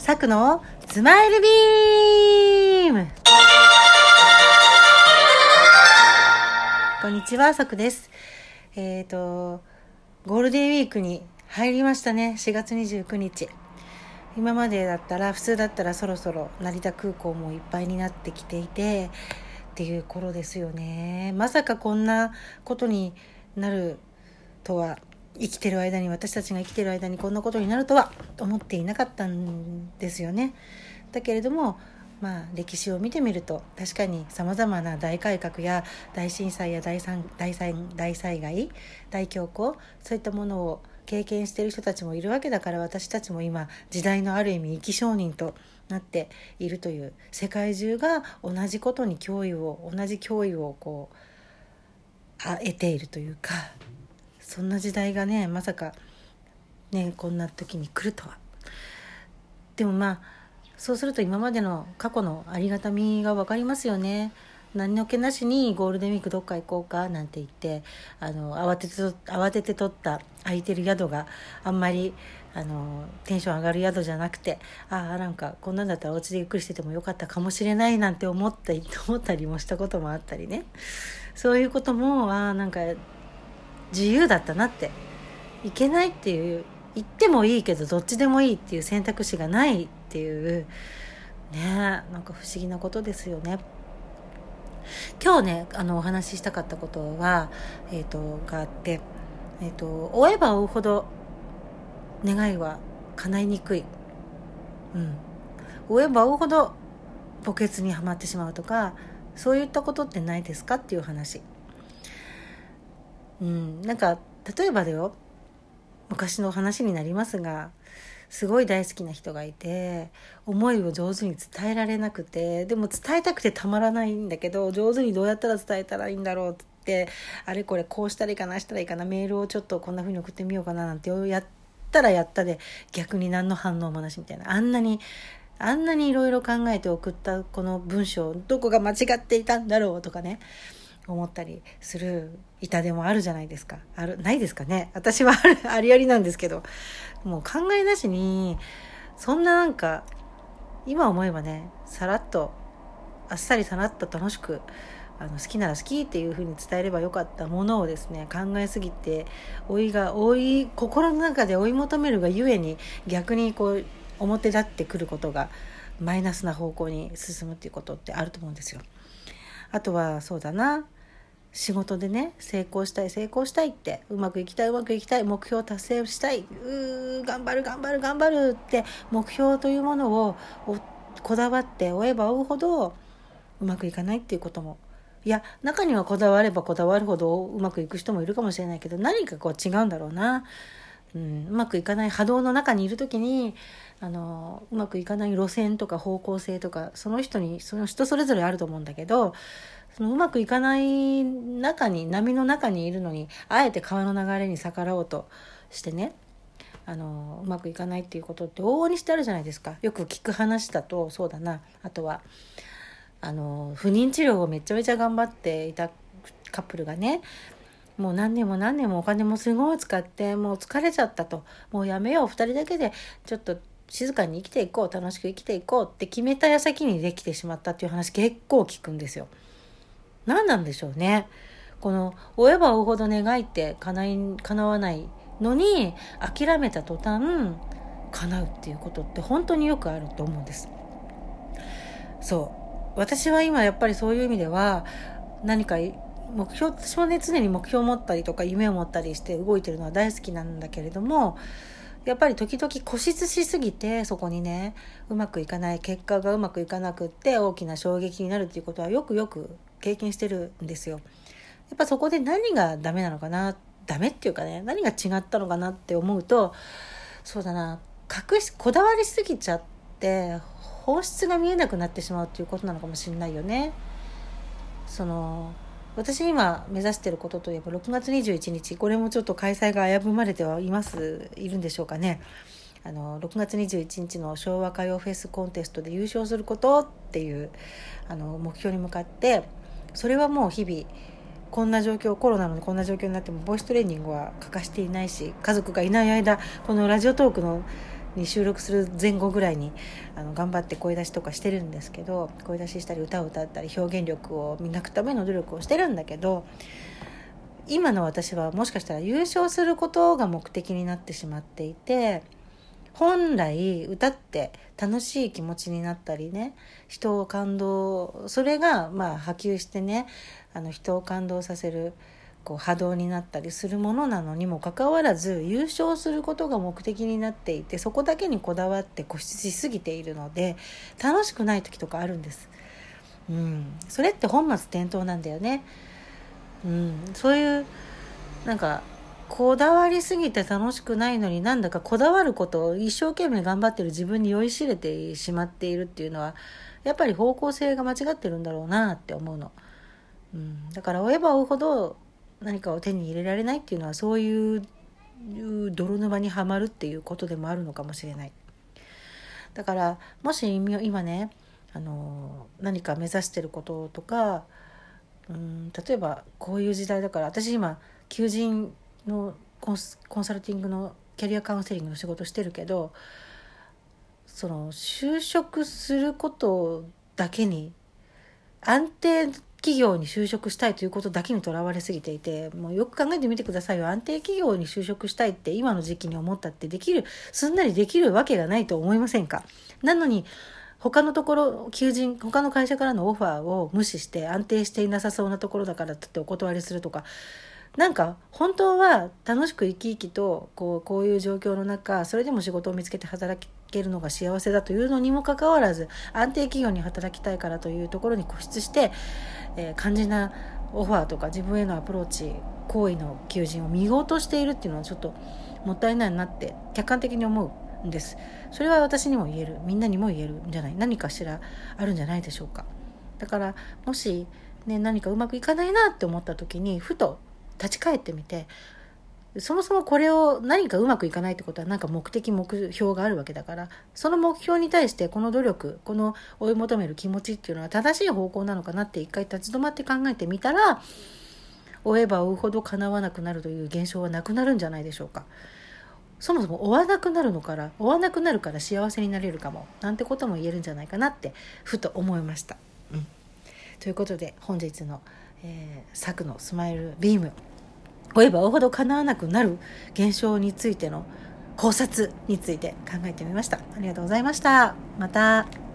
サクのスマイルビーム。こんにちは、サクです。ゴールデンウィークに入りましたね。4月29日。今までだったら、普通だったらそろそろ成田空港もいっぱいになってきていてっていう頃ですよね。まさかこんなことになるとは、私たちが生きてる間にこんなことになるとは思っていなかったんですよね。だけれども、歴史を見てみると確かにさまざまな大改革や大震災や大災害、大恐慌、そういったものを経験している人たちもいるわけだから、私たちも今時代のある意味生き証人となっているという、世界中が同じことに同じ脅威を得ているというか、そんな時代がね、まさかね、こんな時に来るとは。でもそうすると今までの過去のありがたみが分かりますよね。何の気なしにゴールデンウィークどっか行こうかなんて言って慌てて取った空いてる宿があんまりテンション上がる宿じゃなくて、なんかこんなんだったらお家でゆっくりしててもよかったかもしれないなんて思ったりもしたこともあったりね。そういうこともなんか自由だったなって、いけないっていう、行ってもいいけどどっちでもいいっていう選択肢がないっていうね、なんか不思議なことですよね。今日ねお話ししたかったことはがあって、追えば追うほど願いは叶いにくい、追えば追うほど墓穴にはまってしまうとか、そういったことってないですかっていう話。なんか例えばだよ、昔の話になりますが、すごい大好きな人がいて、思いを上手に伝えられなくて、でも伝えたくてたまらないんだけど、上手にどうやったら伝えたらいいんだろうって、あれこれこうしたらいいかな、メールをちょっとこんな風に送ってみようかななんてやったらやったで、逆に何の反応もなしみたいな。あんなにいろいろ考えて送ったこの文章、どこが間違っていたんだろうとかね、思ったりする痛手もあるじゃないですか。ないですかね。私はありありなんですけど、もう考えなしに、そんななんか今思えばね、あっさりさらっと楽しく好きなら好きっていう風に伝えればよかったものをですね、考えすぎて心の中で追い求めるがゆえに、逆に表立ってくることがマイナスな方向に進むっていうことってあると思うんですよ。あとはそうだな、仕事でね、成功したいって、うまくいきたい、目標達成したい、頑張るって目標というものをこだわって追えば追うほどうまくいかないっていうことも、いや、中にはこだわればこだわるほどうまくいく人もいるかもしれないけど、何か違うんだろうな。うまくいかない波動の中にいるときにうまくいかない路線とか方向性とか、その人それぞれあると思うんだけど、そのうまくいかない波の中にいるのに、あえて川の流れに逆らおうとしてね、うまくいかないっていうことって往々にしてあるじゃないですか。よく聞く話だとそうだな。あとは不妊治療をめちゃめちゃ頑張っていたカップルがね、もう何年もお金もすごい使って、もう疲れちゃったと、もうやめよう、2人だけでちょっと静かに生きていこう、楽しく生きていこうって決めた矢先にできてしまったっていう話、結構聞くんですよ。何なんでしょうね。この追えば追うほど願いって叶わないのに、諦めた途端叶うっていうことって本当によくあると思うんです。私は今やっぱりそういう意味では、何か私もね、常に目標を持ったりとか夢を持ったりして動いてるのは大好きなんだけれども、やっぱり時々固執しすぎて、そこにね、うまくいかない、結果がうまくいかなくって大きな衝撃になるっていうことはよく経験してるんですよ。やっぱそこで何がダメなのかな、ダメっていうかね、何が違ったのかなって思うと、そうだな、こだわりすぎちゃって本質が見えなくなってしまうっていうことなのかもしれないよね。私今目指していることといえば、6月21日、これもちょっと開催が危ぶまれているんでしょうかね。6月21日の昭和歌謡フェスコンテストで優勝することっていう目標に向かって、それはもう日々コロナのこんな状況になってもボイストレーニングは欠かしていないし、家族がいない間このラジオトークのに収録する前後ぐらいに頑張って声出しとかしてるんですけど、声出ししたり歌を歌ったり表現力を磨くための努力をしてるんだけど、今の私はもしかしたら優勝することが目的になってしまっていて、本来歌って楽しい気持ちになったりね、人を感動、それが波及してね、人を感動させる波動になったりするものなのにもかかわらず、優勝することが目的になっていて、そこだけにこだわって固執しすぎているので楽しくない時とかあるんです。それって本末転倒なんだよね。そういうこだわりすぎて楽しくないのに、なんだかこだわることを一生懸命頑張ってる自分に酔いしれてしまっているっていうのは、やっぱり方向性が間違ってるんだろうなって思うの。だから追えば追うほど何かを手に入れられないっていうのは、そういう泥沼にはまるっていうことでもあるのかもしれない。だからもし今ね、何か目指してることとか、例えばこういう時代だから、私今求人のコンサルティングのキャリアカウンセリングの仕事してるけど、その就職することだけに、安定企業に就職したいということだけにとらわれすぎていて、もうよく考えてみてくださいよ。安定企業に就職したいって今の時期に思ったってすんなりできるわけがないと思いませんか？なのに他のところ、他の会社からのオファーを無視して、安定していなさそうなところだからってお断りするとか、本当は楽しく生き生きとこういう状況の中、それでも仕事を見つけて働けるのが幸せだというのにもかかわらず、安定企業に働きたいからというところに固執して、肝心なオファーとか自分へのアプローチ、行為の求人を見事しているっていうのはちょっともったいないなって客観的に思うんです。それは私にも言える、みんなにも言えるんじゃない、何かしらあるんじゃないでしょうか。だからもしね、何かうまくいかないなって思った時にふと立ち返ってみて、そもそもこれを何かうまくいかないってことは目標があるわけだから、その目標に対してこの努力、この追い求める気持ちっていうのは正しい方向なのかなって一回立ち止まって考えてみたら、追えば追うほど叶わなくなるという現象はなくなるんじゃないでしょうか。そもそも追わなくなるから幸せになれるかもなんてことも言えるんじゃないかなってふと思いました。ということで本日の、サクのスマイルビーム、追えば追うほど叶わなくなる現象についての考察について考えてみました。ありがとうございました。また。